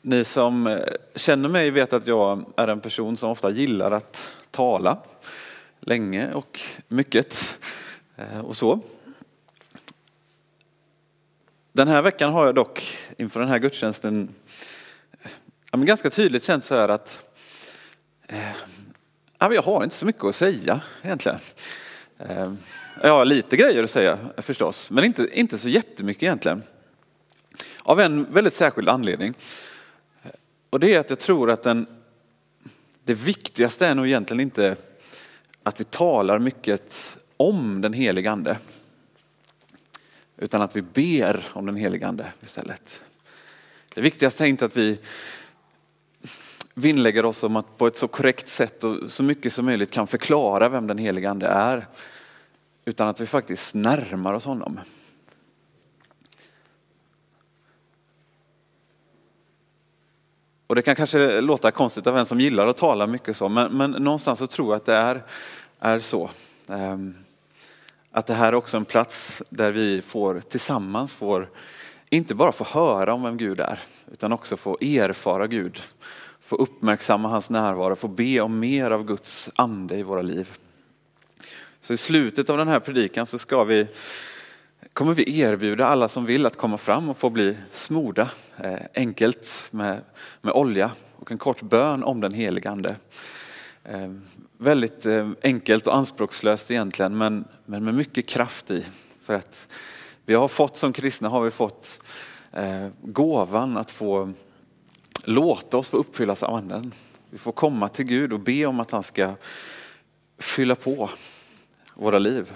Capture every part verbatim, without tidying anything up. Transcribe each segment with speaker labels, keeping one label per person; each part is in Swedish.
Speaker 1: Ni som känner mig vet att jag är en person som ofta gillar att tala länge och mycket och så. Den här veckan har jag dock inför den här gudstjänsten ja, men ganska tydligt känt så här att eh, jag har inte så mycket att säga egentligen. Eh, jag har lite grejer att säga förstås, men inte, inte så jättemycket egentligen. Av en väldigt särskild anledning. Och det är att jag tror att den, det viktigaste är nog egentligen inte att vi talar mycket om den helige ande. Utan att vi ber om den helige ande istället. Det viktigaste är inte att vi vinnlägger oss om att på ett så korrekt sätt och så mycket som möjligt kan förklara vem den helige ande är. Utan att vi faktiskt närmar oss honom. Och det kan kanske låta konstigt av en som gillar att tala mycket så. Men, men någonstans så tror jag att det är, är så. Um, att det här är också en plats där vi får tillsammans får inte bara få höra om vem Gud är. Utan också få erfara Gud. Få uppmärksamma hans närvaro. Få be om mer av Guds ande i våra liv. Så i slutet av den här predikan så ska vi, kommer vi erbjuda alla som vill att komma fram och få bli smorda. Eh, enkelt med, med olja och en kort bön om den helige ande. Eh, väldigt eh, enkelt och anspråkslöst egentligen, men, men med mycket kraft i. För att vi har fått som kristna har vi fått eh, gåvan att få låta oss få uppfyllas av anden. Vi får komma till Gud och be om att han ska fylla på våra liv.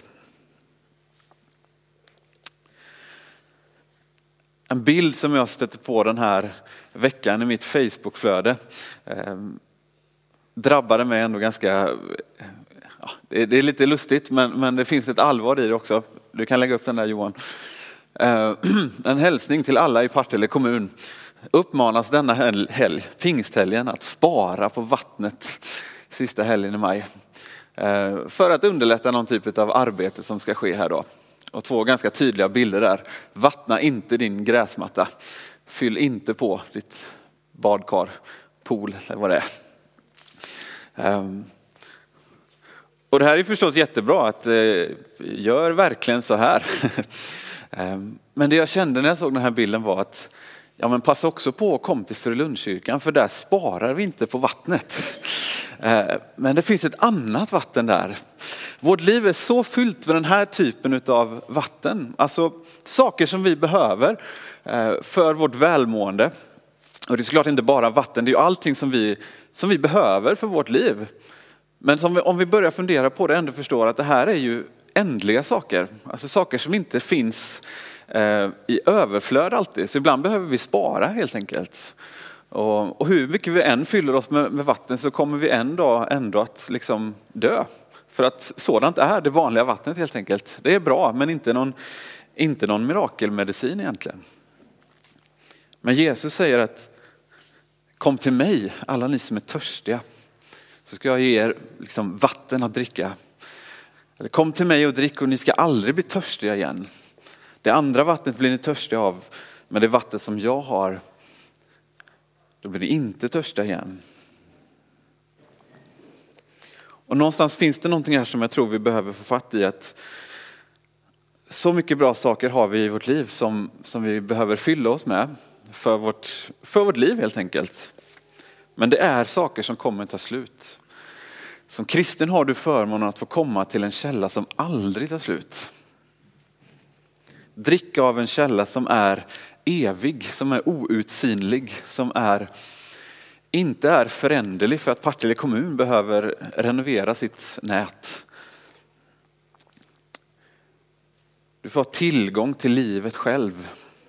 Speaker 1: En bild som jag stötte på den här veckan i mitt Facebookflöde eh, drabbade mig ändå ganska, ja, det, det är lite lustigt men, men det finns ett allvar i det också. Du kan lägga upp den där Johan. Eh, en hälsning till alla i Partille kommun. Uppmanas denna helg, pingsthelgen, att spara på vattnet sista helgen i maj. Eh, för att underlätta någon typ av arbete som ska ske här då. Och två ganska tydliga bilder där. Vattna inte din gräsmatta. Fyll inte på ditt badkar, pool eller vad det är. Um, och det här är förstås jättebra att uh, gör verkligen så här. um, men det jag kände när jag såg den här bilden var att ja, men passa också på att komma till Frölundskyrkan för där sparar vi inte på vattnet. Uh, men det finns ett annat vatten där. Vårt liv är så fyllt med den här typen av vatten. Alltså saker som vi behöver för vårt välmående. Och det är såklart inte bara vatten, det är ju allting som vi, som vi behöver för vårt liv. Men som vi, om vi börjar fundera på det ändå förstår att det här är ju ändliga saker. Alltså saker som inte finns eh, i överflöd alltid. Så ibland behöver vi spara helt enkelt. Och, och hur mycket vi än fyller oss med, med vatten så kommer vi en dag ändå att liksom dö. För att sådant är det vanliga vattnet helt enkelt. Det är bra men inte någon, inte någon mirakelmedicin egentligen. Men Jesus säger att kom till mig alla ni som är törstiga. Så ska jag ge er liksom vatten att dricka. Eller kom till mig och drick och ni ska aldrig bli törstiga igen. Det andra vattnet blir ni törstiga av. Men det vatten som jag har då blir ni inte törstiga igen. Och någonstans finns det någonting här som jag tror vi behöver få fatt i. Att så mycket bra saker har vi i vårt liv som, som vi behöver fylla oss med. För vårt, för vårt liv helt enkelt. Men det är saker som kommer att ta slut. Som kristen har du förmånen att få komma till en källa som aldrig tar slut. Dricka av en källa som är evig, som är outsinlig, som är... inte är föränderlig för att Partille kommun behöver renovera sitt nät. Du får tillgång till livet själv.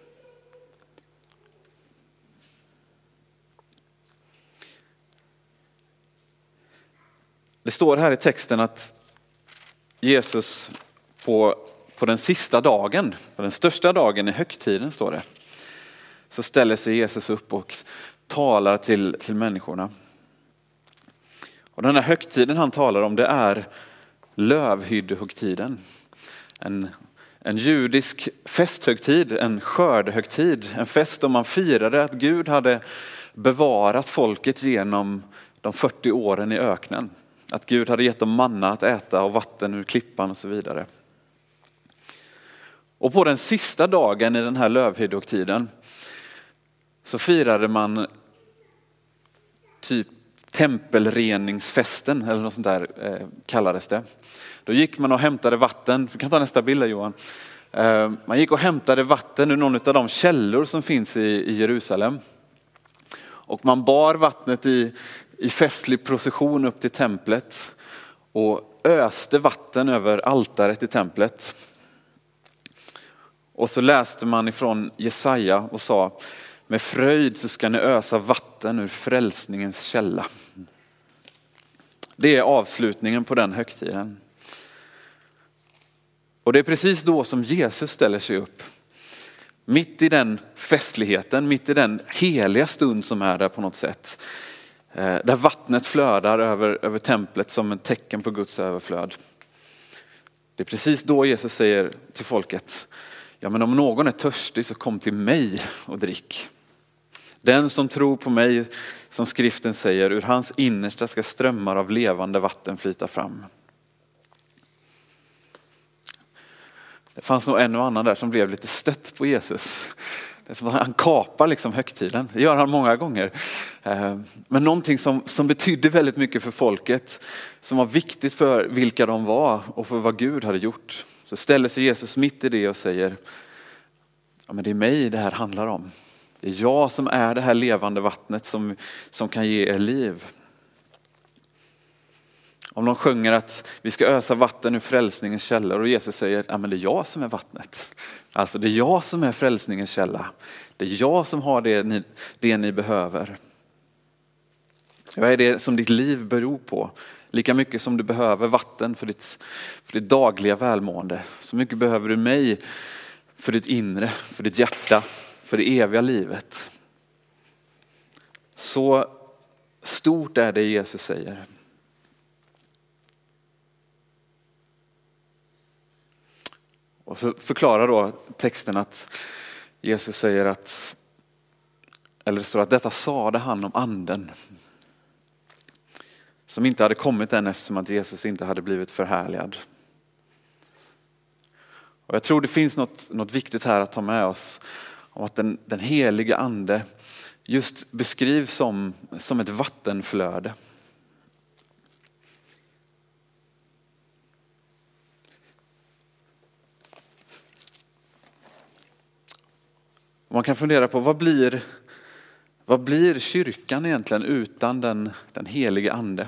Speaker 1: Det står här i texten att Jesus på, på den sista dagen, på den största dagen i högtiden står det, så ställer sig Jesus upp och talar till, till människorna. Och den här högtiden han talar om det är lövhyddehögtiden. En, en judisk festhögtid, en skördehögtid. En fest då man firade att Gud hade bevarat folket genom de fyrtio åren i öknen. Att Gud hade gett dem manna att äta och vatten ur klippan och så vidare. Och på den sista dagen i den här lövhyddoktiden så firade man typ tempelreningsfesten eller något sånt där eh, kallades det. Då gick man och hämtade vatten. Du kan ta nästa bild Johan. Eh, man gick och hämtade vatten ur någon av de källor som finns i, i Jerusalem. Och man bar vattnet i, i festlig procession upp till templet och öste vatten över altaret i templet. Och så läste man ifrån Jesaja och sa: med fröjd så ska ni ösa vatten ur frälsningens källa. Det är avslutningen på den högtiden. Och det är precis då som Jesus ställer sig upp. Mitt i den festligheten, mitt i den heliga stund som är där på något sätt. Där vattnet flödar över, över templet som ett tecken på Guds överflöd. Det är precis då Jesus säger till folket: ja, men om någon är törstig så kom till mig och drick. Den som tror på mig, som skriften säger, ur hans innersta ska strömmar av levande vatten flyta fram. Det fanns nog en och annan där som blev lite stött på Jesus. Det är som att han kapar liksom högtiden. Det gör han många gånger. Men någonting som, som betydde väldigt mycket för folket, som var viktigt för vilka de var och för vad Gud hade gjort. Så ställer sig Jesus mitt i det och säger: ja, men det är mig det här handlar om. Det är jag som är det här levande vattnet som, som kan ge er liv. Om de sjunger att vi ska ösa vatten ur frälsningens källor och Jesus säger: ja, men det är jag som är vattnet. Alltså det är jag som är frälsningens källa. Det är jag som har det ni, det ni behöver. Vad är det som ditt liv beror på? Lika mycket som du behöver vatten för ditt, för ditt dagliga välmående. Så mycket behöver du mig för ditt inre, för ditt hjärta, för det eviga livet. Så stort är det Jesus säger. Och så förklarar då texten att Jesus säger att, eller det står att detta sade han om anden. Som inte hade kommit än eftersom att Jesus inte hade blivit förhärligad. Och jag tror det finns något, något viktigt här att ta med oss. Om att den, den heliga ande just beskrivs som, som ett vattenflöde. Man kan fundera på vad blir, vad blir kyrkan egentligen utan den, den heliga ande?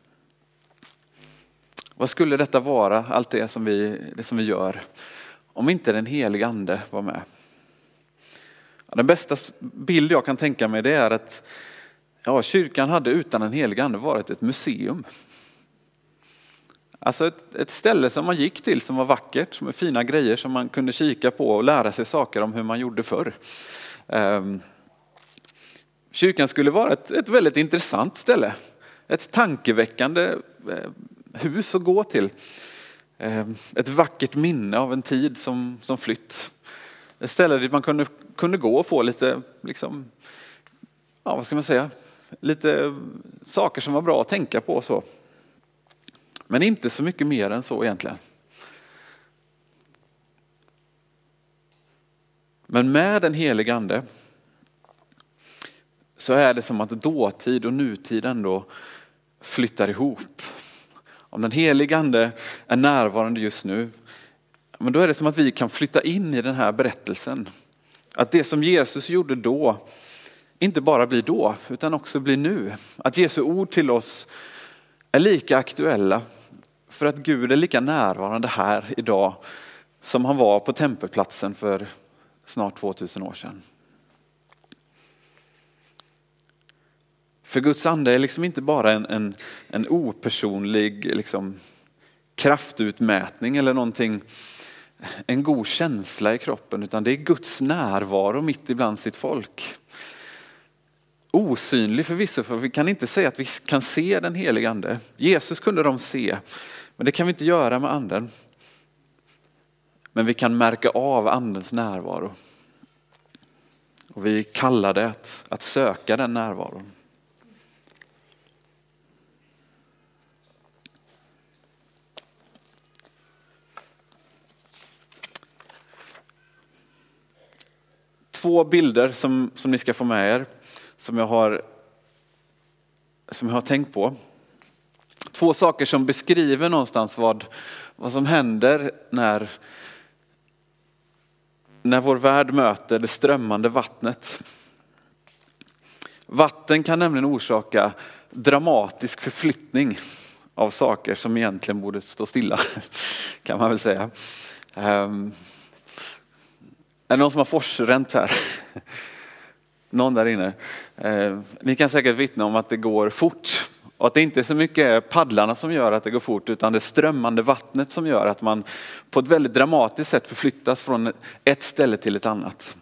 Speaker 1: Vad skulle detta vara, allt det som vi, det som vi gör, om inte den heliga ande var med? Den bästa bild jag kan tänka mig det är att ja, kyrkan hade utan den heliga ande varit ett museum. Alltså ett, ett ställe som man gick till som var vackert, med fina grejer som man kunde kika på och lära sig saker om hur man gjorde förr. Um, kyrkan skulle vara ett, ett väldigt intressant ställe. Ett tankeväckande eh, hus att gå till. Eh, ett vackert minne av en tid som, som flytt. Ett ställe dit man kunde, kunde gå och få lite, liksom, ja, vad ska man säga, lite saker som var bra att tänka på och så. Men inte så mycket mer än så egentligen. Men med den helige ande så är det som att dåtid och nutid ändå flyttar ihop. Om den helige ande är närvarande just nu, men då är det som att vi kan flytta in i den här berättelsen. Att det som Jesus gjorde då inte bara blir då utan också blir nu. Att Jesu ord till oss är lika aktuella för att Gud är lika närvarande här idag som han var på tempelplatsen för snart tvåtusen år sedan. För Guds ande är liksom inte bara en, en, en opersonlig liksom, kraftutmätning eller någonting, en god känsla i kroppen, utan det är Guds närvaro mitt ibland sitt folk. Osynlig förvisso, för vi kan inte säga att vi kan se den helige ande. Jesus kunde de se, men det kan vi inte göra med anden. Men vi kan märka av andens närvaro. Och vi kallar det att, att söka den närvaron. Två bilder som, som ni ska få med er, som jag har, som jag har tänkt på. Två saker som beskriver någonstans vad, vad som händer när, när vår värld möter det strömmande vattnet. Vatten kan nämligen orsaka dramatisk förflyttning av saker som egentligen borde stå stilla, kan man väl säga. Um, är det någon som har forsränt här? Någon där inne. Uh, ni kan säkert vittna om att det går fort. Och att det inte är så mycket paddlarna som gör att det går fort, utan det strömmande vattnet som gör att man på ett väldigt dramatiskt sätt förflyttas från ett ställe till ett annat.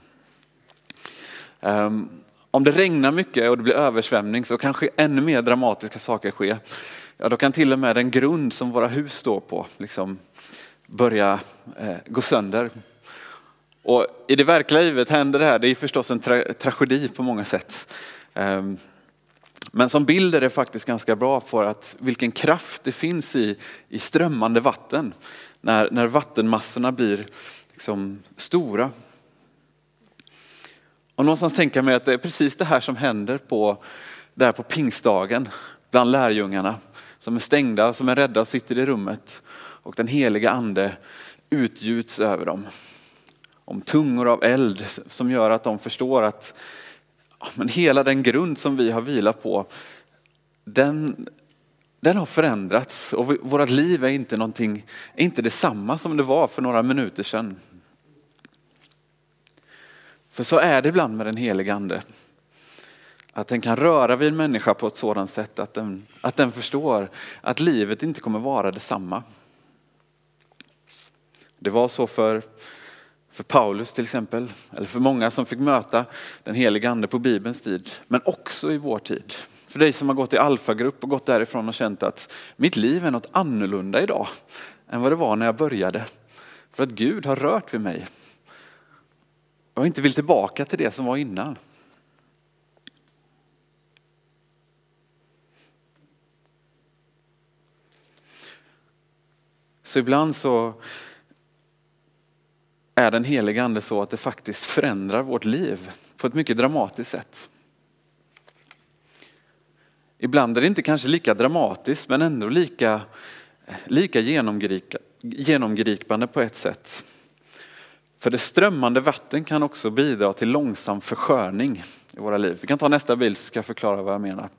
Speaker 1: Um, om det regnar mycket och det blir översvämning så kanske ännu mer dramatiska saker sker. Ja, då kan till och med den grund som våra hus står på liksom börja eh, gå sönder. Och i det verkliga livet händer det här. Det är förstås en tra- tragedi på många sätt. Um, Men som bild är det faktiskt ganska bra för att vilken kraft det finns i, i strömmande vatten. När, när vattenmassorna blir liksom stora. Och någonstans tänker jag mig att det är precis det här som händer på, där på pingstdagen. Bland lärjungarna som är stängda, som är rädda och sitter i rummet. Och den heliga ande utgjuts över dem. Om tungor av eld som gör att de förstår att men hela den grund som vi har vilat på, den, den har förändrats. Och vårt liv är inte, någonting, är inte detsamma som det var för några minuter sedan. För så är det ibland med den heliga ande. Att den kan röra vid en människa på ett sådant sätt att den, att den förstår att livet inte kommer vara detsamma. Det var så för... För Paulus till exempel, eller för många som fick möta den heliga ande på Bibelns tid. Men också i vår tid. För dig som har gått i alfagrupp och gått därifrån och känt att mitt liv är något annorlunda idag än vad det var när jag började. För att Gud har rört vid mig. Jag inte vill tillbaka till det som var innan. Så ibland så är den heliga ande så att det faktiskt förändrar vårt liv på ett mycket dramatiskt sätt. Ibland är det inte kanske lika dramatiskt men ändå lika, lika genomgripande på ett sätt. För det strömmande vatten kan också bidra till långsam försköning i våra liv. Vi kan ta nästa bild så ska jag förklara vad jag menar.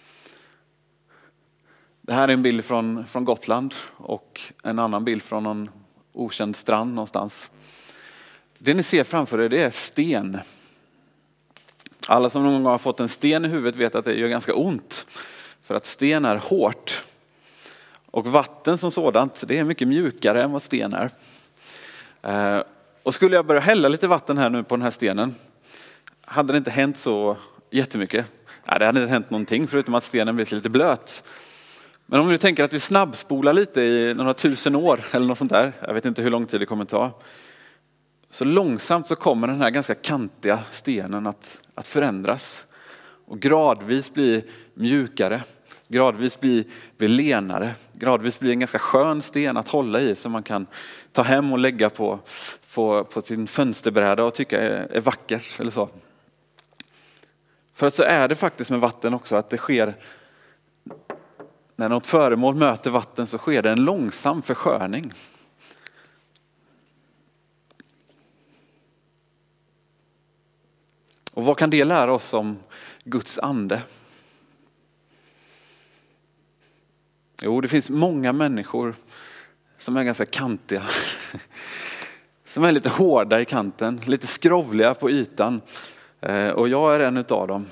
Speaker 1: Det här är en bild från, från Gotland och en annan bild från någon okänd strand någonstans. Det ni ser framför er, det är sten. Alla som någon gång har fått en sten i huvudet vet att det gör ganska ont. För att sten är hårt. Och vatten som sådant, det är mycket mjukare än vad sten är. Och skulle jag börja hälla lite vatten här nu på den här stenen, hade det inte hänt så jättemycket. Nej, det hade inte hänt någonting förutom att stenen blir lite blöt. Men om du tänker att vi snabbspolar lite i några tusen år eller något sånt där. Jag vet inte hur lång tid det kommer ta. Så långsamt så kommer den här ganska kantiga stenen att, att förändras. Och gradvis bli mjukare. Gradvis bli, bli lenare. Gradvis bli en ganska skön sten att hålla i. Som man kan ta hem och lägga på, på, på sin fönsterbräda och tycka är, är vackert. Eller så. För att så är det faktiskt med vatten också. Att det sker, när något föremål möter vatten så sker det en långsam försköning. Och vad kan det lära oss om Guds ande? Jo, det finns många människor som är ganska kantiga. Som är lite hårda i kanten, lite skrovliga på ytan. Och jag är en utav dem.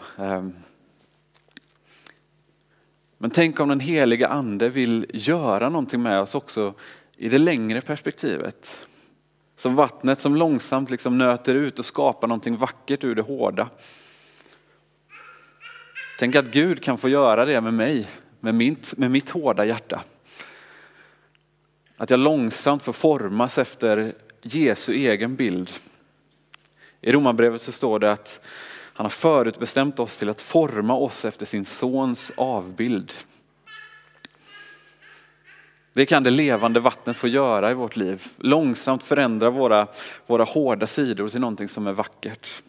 Speaker 1: Men tänk om den heliga ande vill göra någonting med oss också i det längre perspektivet. Som vattnet som långsamt liksom nöter ut och skapar någonting vackert ur det hårda. Tänk att Gud kan få göra det med mig, med mitt, med mitt hårda hjärta. Att jag långsamt får formas efter Jesu egen bild. I Romarbrevet så står det att han har förutbestämt oss till att forma oss efter sin sons avbild. Det kan det levande vattnet få göra i vårt liv. Långsamt förändra våra, våra hårda sidor till någonting som är vackert.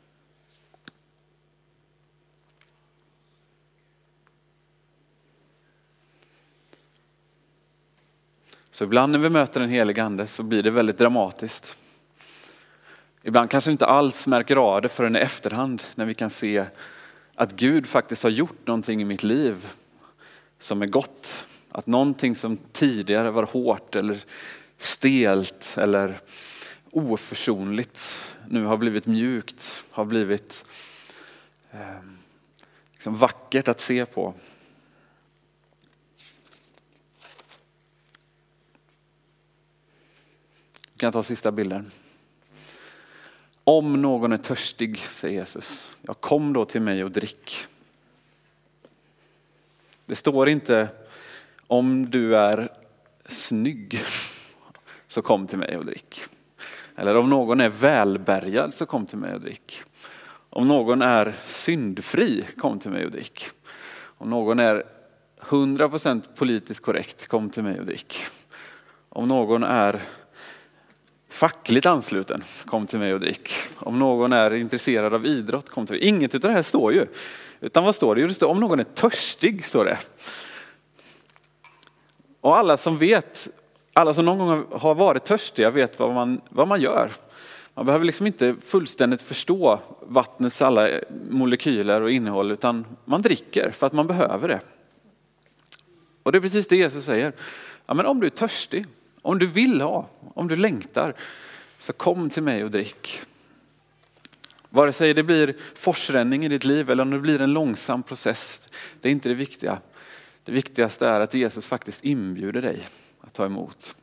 Speaker 1: Så ibland när vi möter en helig ande så blir det väldigt dramatiskt. Ibland kanske inte alls märker av det förrän i efterhand när vi kan se att Gud faktiskt har gjort någonting i mitt liv som är gott. Att någonting som tidigare var hårt eller stelt eller oförsonligt nu har blivit mjukt, har blivit eh, liksom vackert att se på. Vi kan ta sista bilden. Om någon är törstig, säger Jesus, ja, kom då till mig och drick. Det står inte om du är snygg så kom till mig och drick. Eller om någon är välbärgad så kom till mig och drick. Om någon är syndfri, kom till mig och drick. Om någon är hundra procent politiskt korrekt, kom till mig och drick. Om någon är fackligt ansluten, kom till mig och drick. Om någon är intresserad av idrott, kom till mig. Inget av det här står ju. Utan vad står det? Jo, det står om någon är törstig, står det. Och alla som vet, alla som någon gång har varit törstiga vet vad man, vad man gör. Man behöver liksom inte fullständigt förstå vattnets alla molekyler och innehåll, utan man dricker för att man behöver det. Och det är precis det Jesus säger. Ja, men om du är törstig, om du vill ha, om du längtar, så kom till mig och drick. Vare sig det blir forsränning i ditt liv eller om det blir en långsam process, det är inte det viktiga. Det viktigaste är att Jesus faktiskt inbjuder dig att ta emot.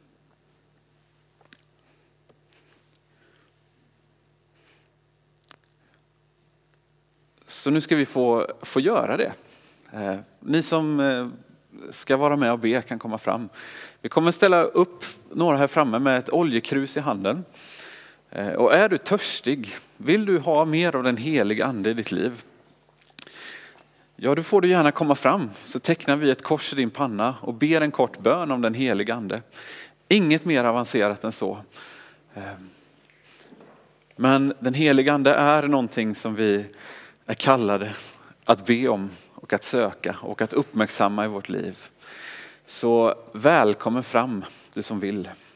Speaker 1: Så nu ska vi få, få göra det. Eh, ni som eh, ska vara med och be kan komma fram. Vi kommer ställa upp några här framme med ett oljekrus i handen. Eh, och är du törstig, vill du ha mer av den heliga ande i ditt liv? Ja, då får du gärna komma fram, så tecknar vi ett kors i din panna och ber en kort bön om den heliga ande. Inget mer avancerat än så. Men den heliga ande är någonting som vi är kallade att be om och att söka och att uppmärksamma i vårt liv. Så välkommen fram, du som vill.